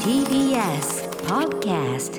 TBS Podcast。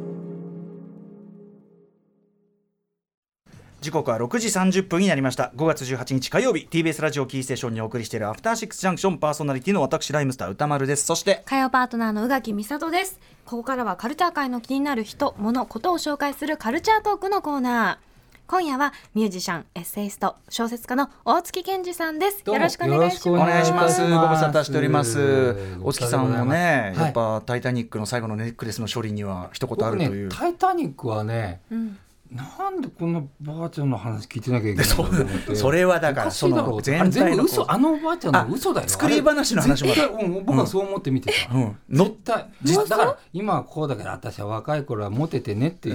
時刻は6時30分になりました。5月18日火曜日、 TBS ラジオキーステーションにお送りしているアフターシックスジャンクション、パーソナリティの私ライムスター歌丸です。そして火曜パートナーの宇垣美里です。ここからはカルチャー界の気になる人、物、ことを紹介するカルチャートークのコーナー。今夜はミュージシャン、エッセイスト、小説家の大月健二さんです。よろしくお願いします。 お願いします。ご無沙汰しております。大月さんもね、やっぱタイタニックの最後のネックレスの処理には一言あるという、 タイタニックはね、なんでこんなばあちゃんの話聞いてなきゃいけないのと思って。 それはだからその全体の嘘、あのおばあちゃんの嘘だよ。 作り話の話も僕はそう思って見てた。絶対だから今はこうだけど、私は若い頃はモテてねっていう、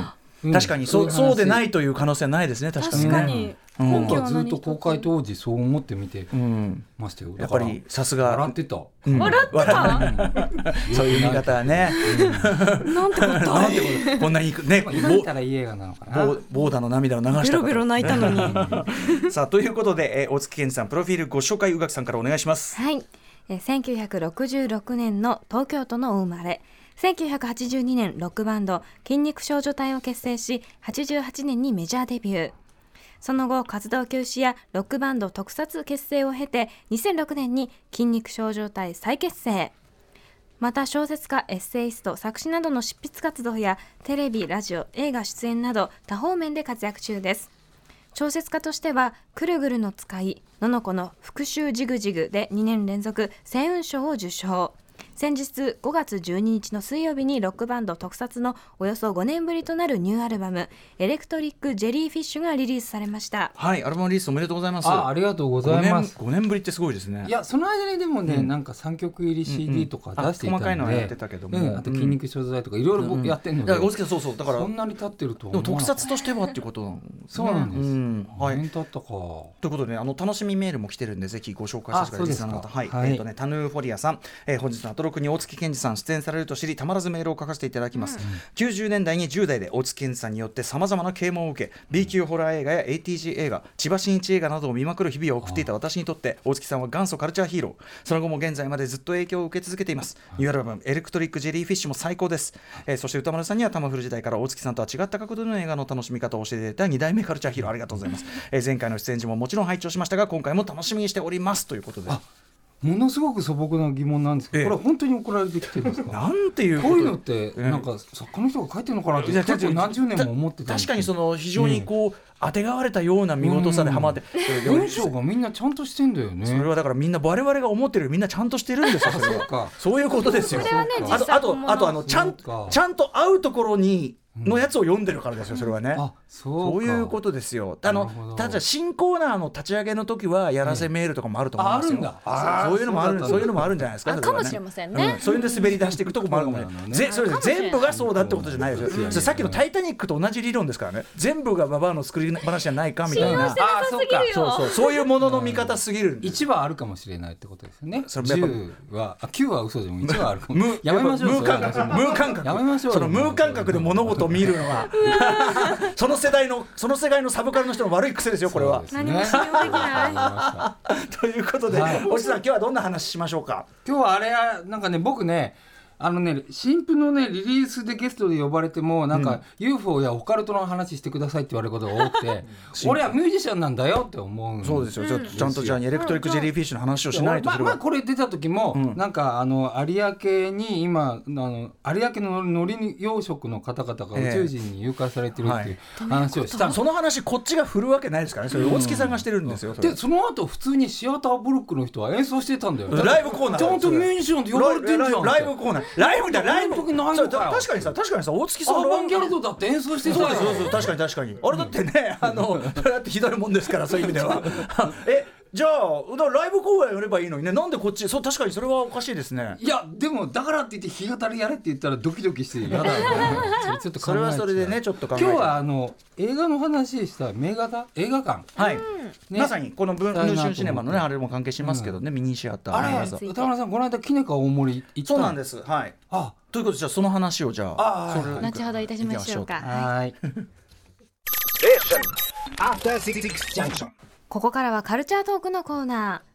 確かにそうでないという可能性はないですね。確かに僕はずっと公開当時そう思って見てましたよ。 やっぱりさすが笑ってた、 笑ってたそういう見方はねなんてことこんなにね、 今見たらいい映画なのかな。 ボーダの涙を流したベロベロ泣いたのにさあということで、大月健二さんプロフィールご紹介、宇垣さんからお願いします。 はい、1966年の東京都のお生まれ。1982年ロックバンド筋肉少女隊を結成し、88年にメジャーデビュー。その後活動休止やロックバンド特撮結成を経て、2006年に筋肉少女隊再結成。また小説家、エッセイスト、作詞などの執筆活動やテレビ、ラジオ、映画出演など多方面で活躍中です。小説家としてはくるぐるの使い、ののこの復讐ジグジグで2年連続星雲賞を受賞。先日5月12日の水曜日にロックバンド特撮のおよそ5年ぶりとなるニューアルバムエレクトリック・ジェリーフィッシュがリリースされました。 はい、アルバムリリースおめでとうございます。 ありがとうございます。 5年ぶりってすごいですね。 いや、その間にでもね、なんか3曲入り CD とか出していたので、 細かいのはやってたけども、 あと筋肉少女隊とかいろいろ僕やってるので、 大月さんそうだからそんなに経ってるとでも特撮としてはっていうことなんですね。 そうなんです、 はい、 年経ったかということで、楽しみメールも来てるんで、ぜひご紹介させてください。はい、タヌーフォリアさん、本日のアトロクに大月健二さん出演されると知り、たまらずメールを書かせていただきます。90年代に10代で大月健二さんによってさまざまな啓蒙を受け、 B 級ホラー映画や ATG 映画、千葉真一映画などを見まくる日々を送っていた私にとって、大月さんは元祖カルチャーヒーロー。その後も現在までずっと影響を受け続けています。ニューアルバムエレクトリック・ジェリーフィッシュも最高です。そして歌丸さんにはタマフル時代から大月さんとは違った角度の映画の楽しみ方を教えていただいた2代目カルチャーヒーロー、ありがとうございます。前回の出演時ももちろん拝聴しましたが、今回も楽しみにしておりますということで。 ものすごく素朴な疑問なんですけど、これは本当に送られてきてるんですか？ なんていうこういうのってなんか作家の人が書いてるのかなって結構何十年も思ってたんです。 確かにその非常にこう、当てがわれたような見事さでハマって、 文章がみんなちゃんとしてんだよね。 それはだからみんな我々が思ってるよりみんなちゃんとしてるんですよ。そういうことですよ。 それはね、 あとちゃんと合うところにのやつを読んでるからですよ、それはね。そういうことですよ。ただ新コーナーの立ち上げの時はやらせメールとかもあると思いますよ。そういうのもあるんじゃないですか。 かもしれませんね。 そういうんで滑り出していくとこもあるかもしれない。それで全部がそうだってことじゃないですよ。さっきのタイタニックと同じ理論ですからね。全部がババアの作り話じゃないかみたいな。そういうものの見方すぎる。 1はあるかもしれないってことですよね。10は9は嘘でも1はあるかも。やめましょう。 ムー感覚。やめましょう。そのムー感覚で物事を見るのはその世代のサブカルの人の悪い癖ですよ、これは。 何も信用できない。 ということで、おじさん今日はどんな話しましょうか。 今日はあれなんかね、僕ね、新婦のねリリースでゲストで呼ばれてもなんか、UFO やオカルトの話してくださいって言われることが多くて俺はミュージシャンなんだよって思うんですよ。 そうですよ。ちゃんとじゃあエレクトリック・ジェリーフィッシュの話をしないと。 これ出た時も、なんか有明に今有明の海苔養殖の方々が宇宙人に誘拐されてるっていう話をした。 その話こっちが振るわけないですからね。それ大月さんがしてるんですよ。 でその後普通にシアターブロックの人は演奏してたんだよ。 ライブコーナーちゃんとミュージシャンって呼ばれてんじゃん。 ライブコーナーライブ確かにさ大月さんアバンギャルドだって演奏してたよ。 そう確かにあれだってね、それだってひどいもんですから、そういう意味ではじゃあライブ公演やればいいのにね、なんでこっち。そう確かにそれはおかしいですね。 いやでもだからって言って弾き語りやれって言ったらドキドキしてやだちょっとそれはそれでね、ちょっと考えて。 今日は映画の話した映画館、 はい、まさにこの文春シネマのねあれも関係しますけどね、ミニシアター。 あれ歌村さんこの間キネカ大森行った。 そうなんです。はい。ということで、じゃあその話を後ほどいたしましょうか。 はい。 ここからはカルチャートークのコーナー。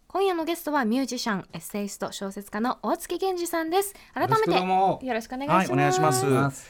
今夜のゲストはミュージシャン、エッセイスト、小説家の大月健二さんです。改めてよろしくお願いします。 はい、お願いします。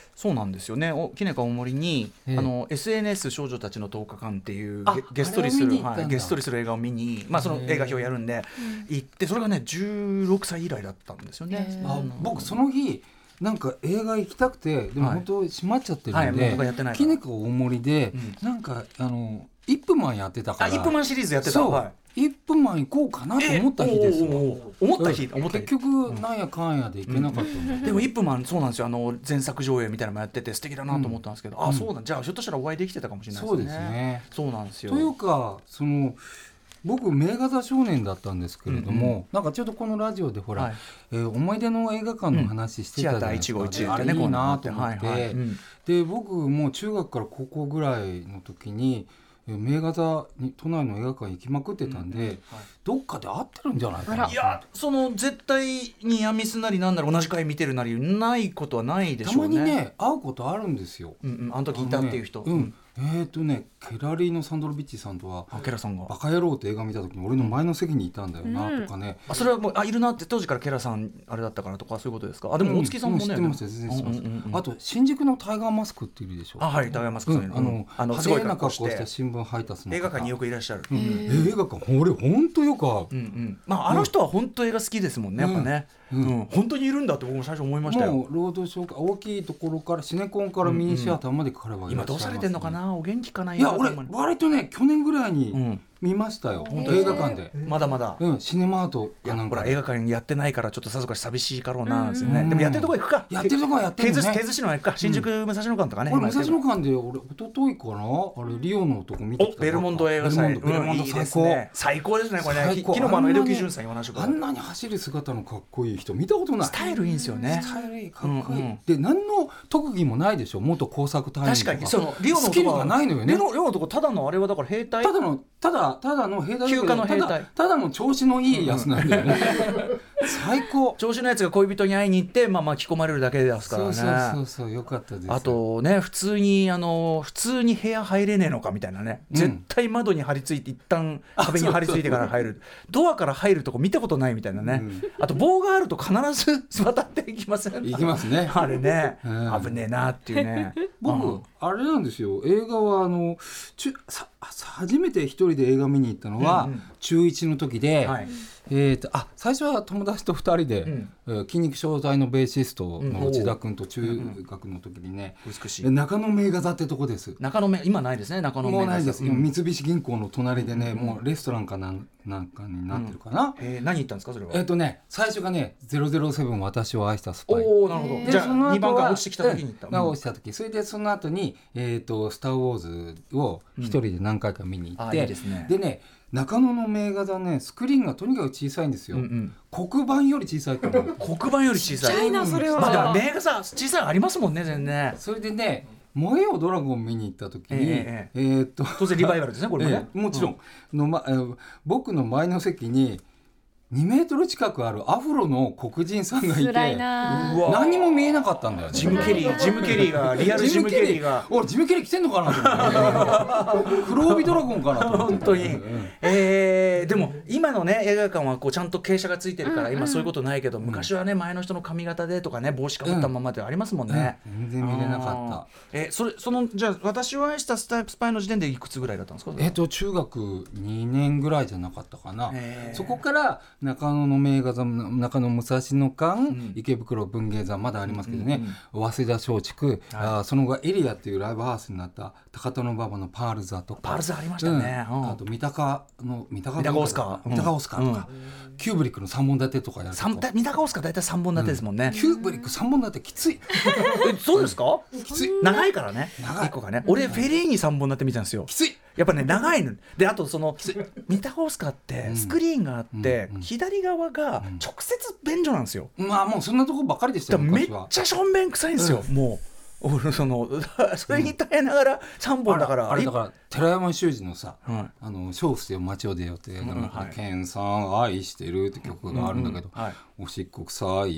そうなんですよね。きねか大森に、SNS 少女たちの10日間っていうゲストリする映画を見に、その映画表をやるんで、行って、それがね16歳以来だったんですよね。 僕その日なんか映画行きたくて、でも本当閉まっちゃってるんで、きねか大森で、なんかイップマンやってたから、 イップマンシリーズやってた。 1分前行こうかなと思った日ですよ。結局なんやかんやで行けなかったんでも1分前そうなんですよ。前作上映みたいなのもやってて素敵だなと思ったんですけど、そうだ、じゃあひょっとしたらお会いできてたかもしれないですね。 そうですね。 そうなんですよ。 というか僕名画座少年だったんですけれども、なんかちょっとこのラジオでほら、思い出の映画館の話してたじゃないですか。あれいいなと思って、で僕も中学から高校ぐらいの時に名画座に都内の映画館行きまくってたんで、どっかで会ってるんじゃないかな。 いや、絶対にヤミスなりなんなら同じ回見てるなりないことはないでしょうね。 たまにね会うことあるんですよ。 あの時いたっていう人。 ケラリーのサンドロビッチさんとはケラさんがバカ野郎って映画見た時に俺の前の席にいたんだよなとかね、 それはもういるなって当時からケラさんあれだったからとかそういうことですか。でも大月さんもね、 知ってますよ、全然知ってます。あと新宿のタイガーマスクっているでしょ。 はい、タイガーマスクさん、 派手な格好した新聞配達の映画館によくいらっしゃる。 映画館俺本当よく会う。 あの人は本当映画好きですもんね、やっぱね。本当にいるんだって僕も最初思いましたよ。 もう労働省か大きいところからシネコンからミニシアターまで彼はいらっしゃいます。 今どうされてんのかな、お元気かな。 いや俺割とね去年ぐらいに見ましたよ、映画館で。 まだまだシネマートかなんか。 ほら映画館やってないからちょっとさぞかし寂しいかろうなですよね。でもやってるとこ行くか。 やってるとこはやってるね。 京寿司の行くか。新宿武蔵野館とかね。 武蔵野館で俺一昨日かな、あれリオの男見てきた。 ベルモンド映画祭。 ベルモンド最高。 最高ですねこれね。昨日も江戸基準さん言わなしあんなに走る姿のかっこいい人見たことない。 スタイルいいんですよね。 スタイルいい、かっこいい。で何の特技もないでしょ。元工作隊員とか。 確かにそのリオのスキルがないのよね。 リオのとこただのあれはだから兵隊。ただの兵隊。 休暇の兵隊。 ただの調子のいいやつなんだよね。最高。 調子のやつが恋人に会いに行って巻き込まれるだけですからね。 そうよかったです。 あとね普通に部屋入れねえのかみたいなね。絶対窓に張り付いて一旦壁に張り付いてから入る。ドアから入るとこ見たことないみたいなね。あと棒があると必ず渡っていきません。 行きますね。 あれね危ねえなっていうね。 僕あれなんですよ。映画は初めて一人で映画見に行ったのは中1の時で、最初は友達と2人で、筋肉商材のベーシストの内田君と中学の時にね、中野名画座ってとこです。 中野名今ないですね。中野名画座もうないです。三菱銀行の隣でね、もうレストランかなんかになってるかな。 何行ったんですかそれは。 最初がね007私を愛したスパイ。 おお、なるほど。じゃあ2番から落ちてきた時に行った。 落ちた時、それでその後にスター・ウォーズを一人で何回か見に行って、でね中野の名画座ねスクリーンがとにかく小さいんですよ。黒板より小さいと思う。 黒板より小さい。 ちっちゃいなそれは。 でも名画座小さいありますもんね全然。 それでね燃えよドラゴン見に行った時に、 当然リバイバルですねこれもね。 もちろん僕の前の席に2メートル近くあるアフロの黒人さんがいて、何にも見えなかったんだよね。 ジム・ケリーがリアルジム・ケリーが俺ジム・ケリー来てんのかなと思って黒帯ドラゴンかなと思って本当に。でも今のね映画館はちゃんと傾斜がついてるから今そういうことないけど、昔はね前の人の髪型でとかね帽子かぶったままでありますもんね。 全然見れなかった。 じゃあ私を愛したスパイの時点でいくつぐらいだったんですか。 中学2年ぐらいじゃなかったかな。そこから中野の名画座、中野武蔵野館、池袋文芸座まだありますけどね、早稲田松竹、その後エリアっていうライブハウスになった高田馬場のパール座とか。 パール座ありましたね。 あと三鷹オスカーとか、キューブリックの3本立てとかやると。 三鷹オスカー大体3本立てですもんね。 キューブリック3本立てきつい。 そうですか。 きつい。 長いからね。1個がね。俺フェリーに3本立て見たんですよ。 きつい。 やっぱね長いので、あと三鷹オスカーってスクリーンがあって左側が直接便所なんですよ。 もうそんなとこばっかりでしたよ。 めっちゃしょんべん臭いんですよ。もうそれに耐えながら3本だから。 あれだから寺山修司のさ小布施を街を出ようってケンさん愛してるって曲があるんだけど、おしっこ臭い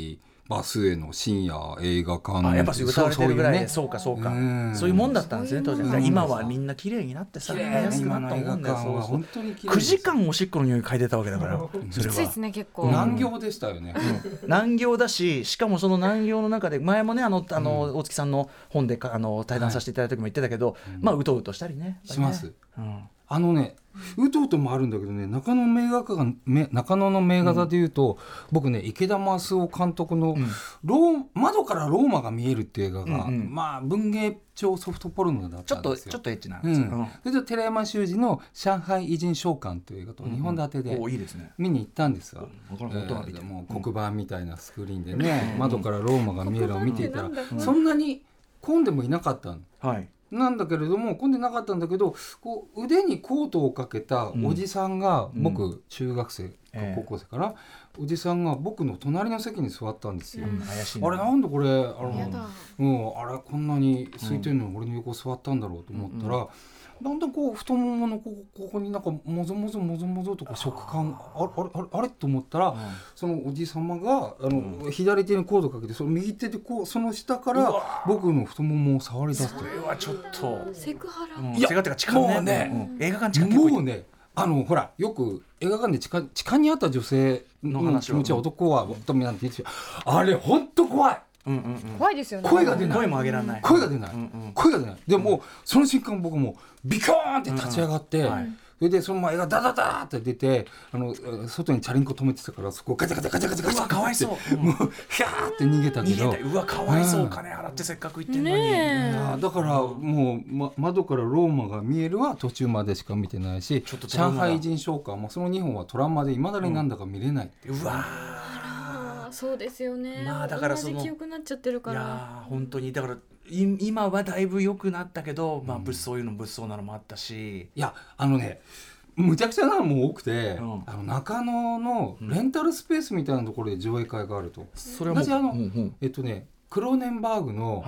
バスへの深夜映画館、 やっぱ歌われてるぐらいで、 そうかそういうもんだったんですね当時。今はみんな綺麗になってさ、安くなったもんだよ。9時間おしっこの匂い嗅いでたわけだからきついですね結構。 難行でしたよね。 難行だし、しかもその難行の中で前もね大月さんの本で対談させていただいた時も言ってたけど、うとうとしたりねします。うとうともあるんだけどね、中野の名画座でいうと、僕ね池田正夫監督の、窓からローマが見えるっていう映画が、文芸調ソフトポルノだったんですよ。 ちょっとエッチなんですよ。 それで寺山修司の上海偉人召喚という映画と2本立てで見に行ったんですよ。もう黒板みたいなスクリーンでね、窓からローマが見えるのを見ていたら、そんなに混んでもいなかったの。なんだけれども、混んでなかったんだけど、こう腕にコートをかけたおじさんが、僕中学生、高校生かな、おじさんが僕の隣の席に座ったんですよ。あれなんでこれあれこんなに空いてるのに俺の横座ったんだろうと思ったら、だんだんこう太もものここになんかもぞもぞと食感あれと思ったら、そのおじさまが左手にコードかけて、その右手でこうその下から僕の太ももを触り出すと。 それはちょっとセクハラ。 セクハラってか痴漢ね。映画館痴漢もうね、ほらよく映画館で痴漢にあった女性の気持ちは男は乙女なんて言ってる。あれ本当怖い。 怖いですよね。 声が出ない。 声も上げられない。 声が出ない。でもその瞬間僕もビキョーンって立ち上がって、それでそのまま映画ダダダーって出て、外にチャリンコ止めてたから、そこガチャガチャガチャガチャガチャ、 かわいそう。 もうヒャーって逃げたけど、 かわいそう。金払ってせっかく行ってんのに。 だからもう窓からローマが見えるは途中までしか見てないし、上海人召喚もその2本はトラウマで未だになんだか見れない。 そうですよね。 だから同じ記憶になっちゃってるから。 いや本当にだから今はだいぶ良くなったけど、そういうの物騒なのもあったし、 いやむちゃくちゃなのも多くて、中野のレンタルスペースみたいなところで上映会があると。 それはもうクローネンバーグの、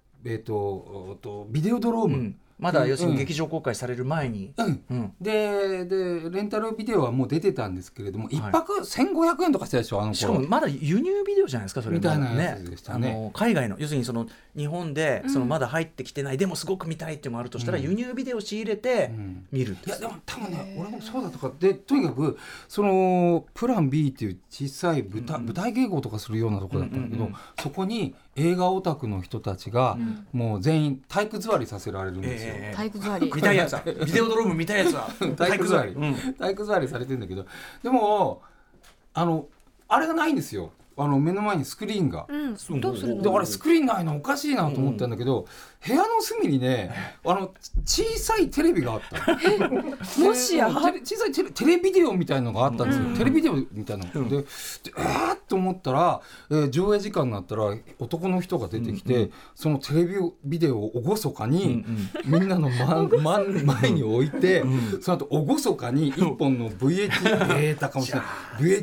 ビデオドローム、 まだ要するに劇場公開される前に、 でレンタルビデオはもう出てたんですけれども、1泊1500円とかしたでしょ、 しかもまだ輸入ビデオじゃないですか、それみたいなやつでしたね。 海外の要するにその日本でまだ入ってきてない、でもすごく見たいっていうのがあるとしたら、輸入ビデオを仕入れて見る。 いやでも多分ね、俺もそうだとかで、とにかくそのプラン B っていう小さい舞台稽古とかするようなところだったんだけど、そこに映画オタクの人たちがもう全員体育座りさせられるんですよ。 体育座り見たいやつはビデオドローム見たいやつは体育座りされてるんだけど、でもあれがないんですよ。目の前にスクリーンが、 どうするの？ で、あれスクリーンないのおかしいなと思ったんだけど、部屋の隅にね小さいテレビがあったもしや小さいテレビデオみたいのがあったんですよ。テレビデオみたいなので、と思ったら、上映時間になったら男の人が出てきて、そのテレビデオを厳かにみんなの前に置いて、その後厳かに一本の VHS かもしれない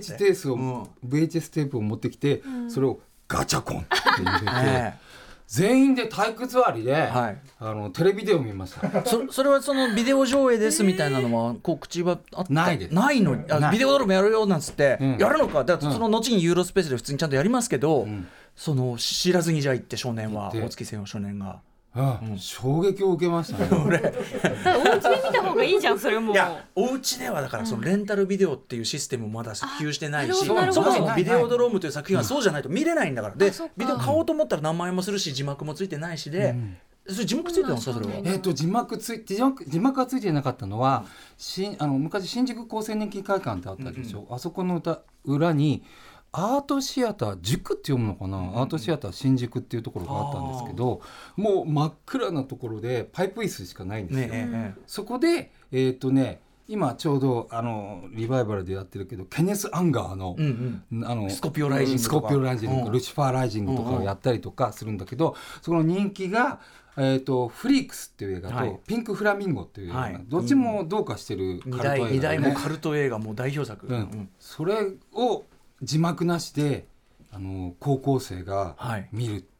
VHS テープを持ってきて、それをガチャコンって入れて、全員で体育座りで、テレビデオ見ました。 それはそのビデオ上映ですみたいなのは告知はあった？ ないです。 ないの？ビデオドロームやるよなんつって、やるのか。だからその後にユーロスペースで普通にちゃんとやりますけど、その知らずにじゃあ行って少年は大月専用少年が。 衝撃を受けましたね。 お家で見た方がいいじゃん、それも。 いや、お家ではだからそのレンタルビデオっていうシステムもまだ普及してないし、そもそもビデオドロームという作品はそうじゃないと見れないんだから。でビデオ買おうと思ったら何万円もするし、字幕もついてないしで、それ字幕ついてたんですか、それは。 字幕がついてなかったのは、昔新宿厚生年金会館ってあったでしょ。あそこの裏にアートシアター塾って読むのかな、アートシアター新宿っていうところがあったんですけど、もう真っ暗なところでパイプ椅子しかないんですよ、そこで今ちょうどリバイバルでやってるけど、ケネス・アンガーの、 スコピオライジングとかルシファーライジングとかをやったりとかするんだけど、その人気がフリークスっていう映画と、ピンクフラミンゴっていう映画、どっちもどうかしてるカルト映画、 2代もカルト映画も代表作、 それを字幕なしで高校生が見るっ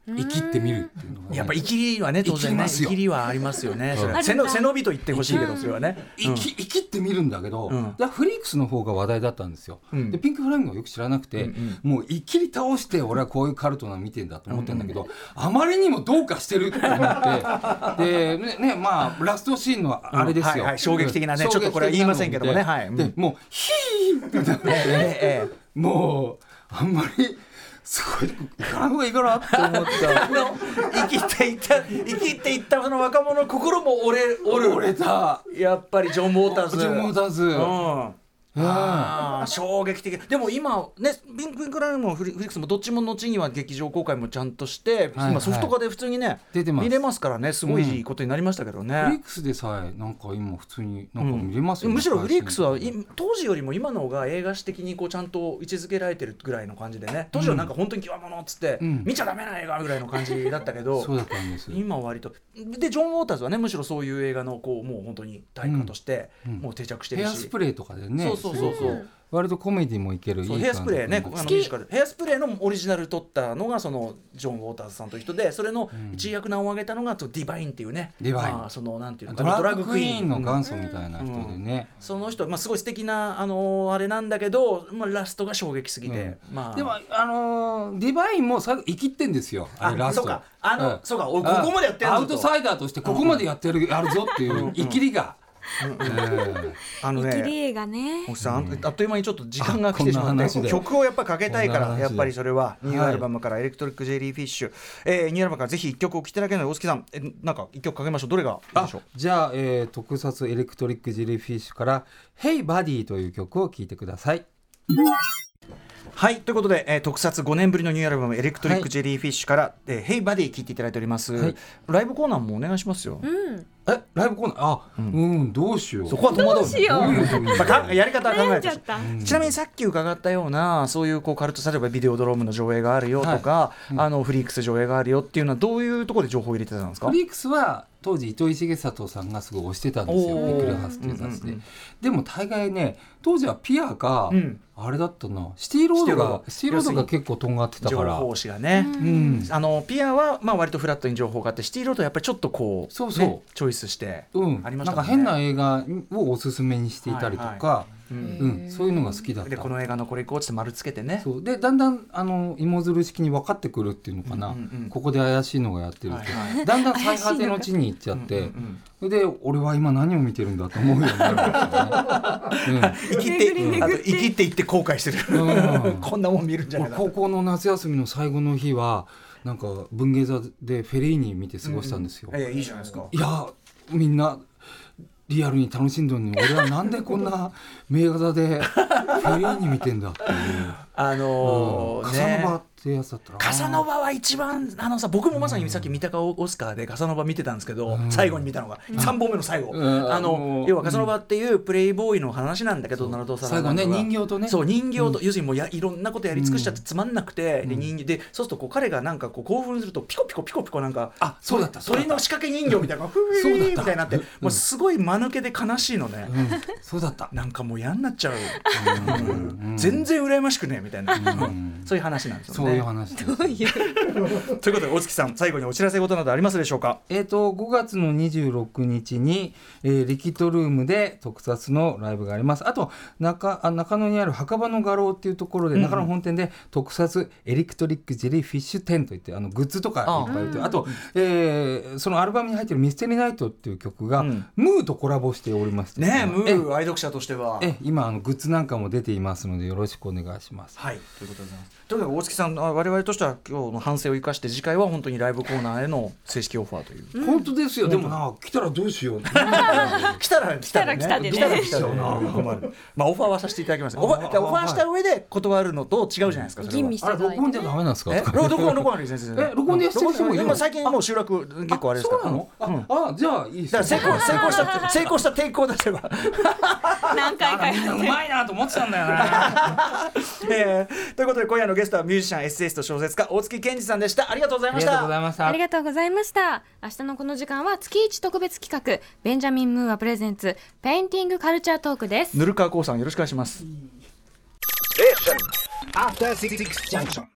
生きってみるっていうのが、ね、 やっぱ生きりはね当然ね生きりはありますよね。それ背伸びと言ってほしいけどそれはね、 生きってみるんだけど、フリークスの方が話題だったんですよ、でピンクフラミンゴはよく知らなくて、もう生きり倒して俺はこういうカルトなの見てんだと思ってんだけど、あまりにもどうかしてるって思ってで、ね、まあラストシーンのあれですよ、 衝撃的なね、ちょっとこれは言いませんけどもね、 でもうヒーってなってもうあんまりすごい行かない方がいいかなって思った生きていったその若者の心も折れたやっぱりジョン・ウォーターズ、衝撃的。でも今ねピンクフラミンゴもフリックスもどっちも後には劇場公開もちゃんとして、今ソフト化で普通にね見れますからね、すごいいいことになりましたけどね、 フリックスでさえなんか今普通になんか見れますよね、 むしろフリックスは当時よりも今の方が映画史的にこうちゃんと位置づけられてるぐらいの感じでね、当時はなんか本当に極物っつって、見ちゃダメな映画ぐらいの感じだったけどそうだったんです。 今は割とでジョン・ウォーターズはねむしろそういう映画のこうもう本当に大家としてもう定着してるし、 ヘアスプレーとかでね、 そう割とコメディもいけるいい感じ。 ヘアスプレーね、ミュージカルヘアスプレーのオリジナル撮ったのがそのジョン・ウォーターズさんという人で、それの一躍名を上げたのがディバインっていうね、そのなんていうのドラッグクイーンの元祖みたいな人でね、 その人、すごい素敵なあれなんだけど、ラストが衝撃すぎて、 でもディバインも最後生きってんですよ、あれラスト。 そうかここまでやってるアウトサイダーとしてここまでやってるやるぞっていう生きりが生きり映画ね。 おっさんあっという間にちょっと時間が来てしまって曲をやっぱかけたいから、やっぱりそれはニューアルバムからエレクトリック・ジェリーフィッシュ、ニューアルバムからぜひ1曲お聴きいただけるので大月さんなんか1曲かけましょう。どれがいいでしょう。 じゃあ、特撮エレクトリック・ジェリーフィッシュから「Hey Buddy」という曲を聴いてください。 はい、ということで、特撮5年ぶりのニューアルバムエレクトリック・ジェリーフィッシュから「Hey Buddy」聴いていただいております、ライブコーナーもお願いしますよ。 ライブコーナーどうしよう。 そこは戸惑う。やり方は考えてちなみにさっき伺ったようなそういうカルト、例えばビデオドロームの上映があるよとか、フリークス上映があるよっていうのはどういうところで情報を入れてたんですか。 フリークスは当時糸井重里さんがすごい推してたんですよ、ビックルハウスっていう雑誌で。でも大概ね当時はピアか、あれだったな、シティロードが結構とんがってたから、 情報誌がね、ピアは割とフラットに情報があって、シティロードはやっぱりちょっとチョイスしてありましたね。 なんか変な映画をおすすめにしていたりとか、そういうのが好きだった。 でこの映画のこれ行こうって丸つけてね。 そうでだんだん芋づる式に分かってくるっていうのかな、ここで怪しいのがやってると、だんだん最果ての地に行っちゃって、それで俺は今何を見てるんだと思うようになるんですよね。 生きっていって後悔してる、こんなもん見るんじゃないか。 高校の夏休みの最後の日はなんか文芸座でフェリーニ見て過ごしたんですよ。 いいじゃないですか。 いやみんなリアルに楽しんでるのに俺はなんでこんな名画座でフェリーニ見てんだっていうカサノバってやつだったな。 カサノバは一番僕もまさにさっき三鷹オスカーでカサノバ見てたんですけど、最後に見たのが3本目の最後、要はカサノバっていうプレイボーイの話なんだけど、 最後ね人形とね、 そう人形と、要するにもういろんなことやり尽くしちゃってつまんなくて、で人形でそうすると彼がなんか興奮するとピコピコなんかそうだった鳥の仕掛け人形みたいなふーみたいになって、もうすごい間抜けで悲しいのね。 そうだった。 なんかもう嫌になっちゃう。全然羨ましくねみたいな、そういう話なんですよね。 そういう話です。 ということで大月さん最後にお知らせ事などありますでしょうか。 5月の26日に、リキッドルームで特撮のライブがあります。あと中野にある墓場の画廊っていうところで、中野本店で特撮エレクトリックジェリーフィッシュ10といってグッズとかいっぱい売って、あと、そのアルバムに入ってるミステリーナイトっていう曲が、ムーとコラボしておりましてね、ムー愛読者としては今グッズなんかも出ていますのでよろしくお願いします。 はい、ということでございます。とにかく大月さん我々としては今日の反省を生かして次回は本当にライブコーナーへの正式オファーという、 本当ですよ。でも来たらどうしよう。 来たらね。来たらな。オファーはさせていただきます。オファーした上で断るのと違うじゃないですか。 吟味していただいて。 録音じゃダメなんですか。 録音先生。 録音でしてもいいの。 最近もう収録結構あれですから。 そうなの？じゃあいいです。 だから成功した抵抗出せば。 何回かみんなうまいなと思ってたんだよな。 ということで今夜のゲストはミュージシャンエッセイスト小説家大月健二さんでした。ありがとうございました。 ありがとうございました。明日のこの時間は月1特別企画ベンジャミン・ムーアプレゼンツペインティングカルチャートークです。 ぬるかわこうさんよろしくお願いします。